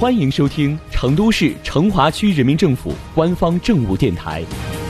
欢迎收听成都市成华区人民政府官方政务电台。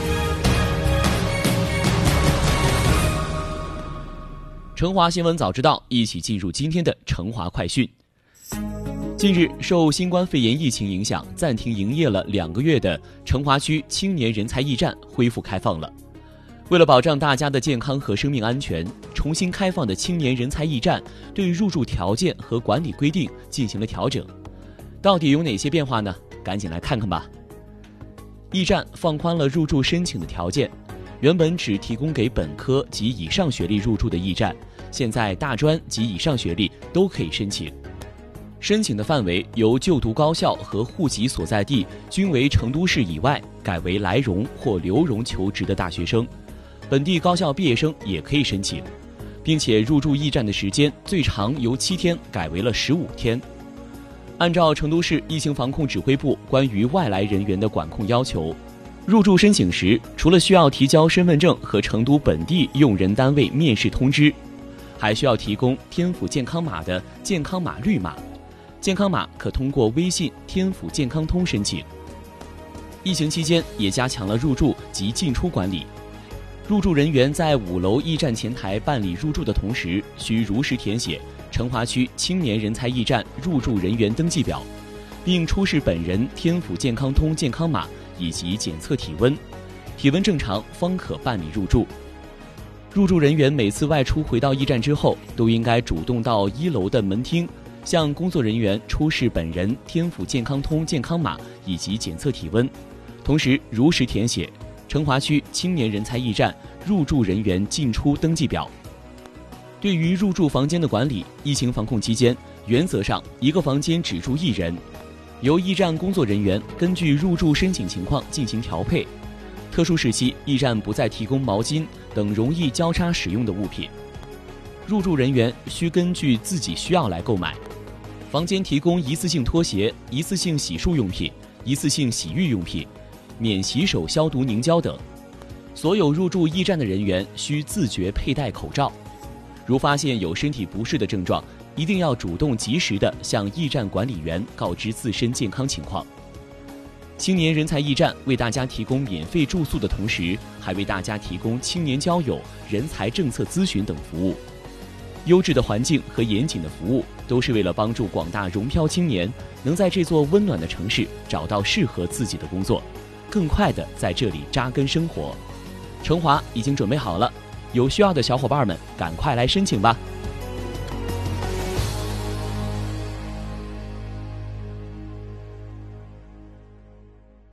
成华新闻早知道，一起进入今天的成华快讯。近日，受新冠肺炎疫情影响，暂停营业了2个月的成华区青年人才驿站恢复开放了。为了保障大家的健康和生命安全，重新开放的青年人才驿站对入住条件和管理规定进行了调整。到底有哪些变化呢？赶紧来看看吧。驿站放宽了入住申请的条件，原本只提供给本科及以上学历入住的驿站，现在大专及以上学历都可以申请。申请的范围由就读高校和户籍所在地均为成都市以外，改为来蓉或留蓉求职的大学生，本地高校毕业生也可以申请，并且入住驿站的时间最长由7天改为了15天。按照成都市疫情防控指挥部关于外来人员的管控要求，入住申请时，除了需要提交身份证和成都本地用人单位面试通知，还需要提供天府健康码的健康码绿码，健康码可通过微信天府健康通申请。疫情期间也加强了入住及进出管理，入住人员在5楼驿站前台办理入住的同时，需如实填写成华区青年人才驿站入住人员登记表，并出示本人天府健康通健康码以及检测体温，体温正常方可办理入住。入住人员每次外出回到驿站之后，都应该主动到1楼的门厅，向工作人员出示本人天府健康通健康码以及检测体温，同时如实填写成华区青年人才驿站入住人员进出登记表。对于入住房间的管理，疫情防控期间，原则上1个房间只住1人，由驿站工作人员根据入住申请情况进行调配。特殊时期，驿站不再提供毛巾等容易交叉使用的物品，入住人员需根据自己需要来购买。房间提供一次性拖鞋、一次性洗漱用品、一次性洗浴用品、免洗手消毒凝胶等。所有入住驿站的人员需自觉佩戴口罩。如发现有身体不适的症状，一定要主动及时地向驿站管理员告知自身健康情况。青年人才驿站为大家提供免费住宿的同时，还为大家提供青年交友、人才政策咨询等服务。优质的环境和严谨的服务，都是为了帮助广大蓉漂青年能在这座温暖的城市找到适合自己的工作，更快地在这里扎根生活。成华已经准备好了，有需要的小伙伴们赶快来申请吧。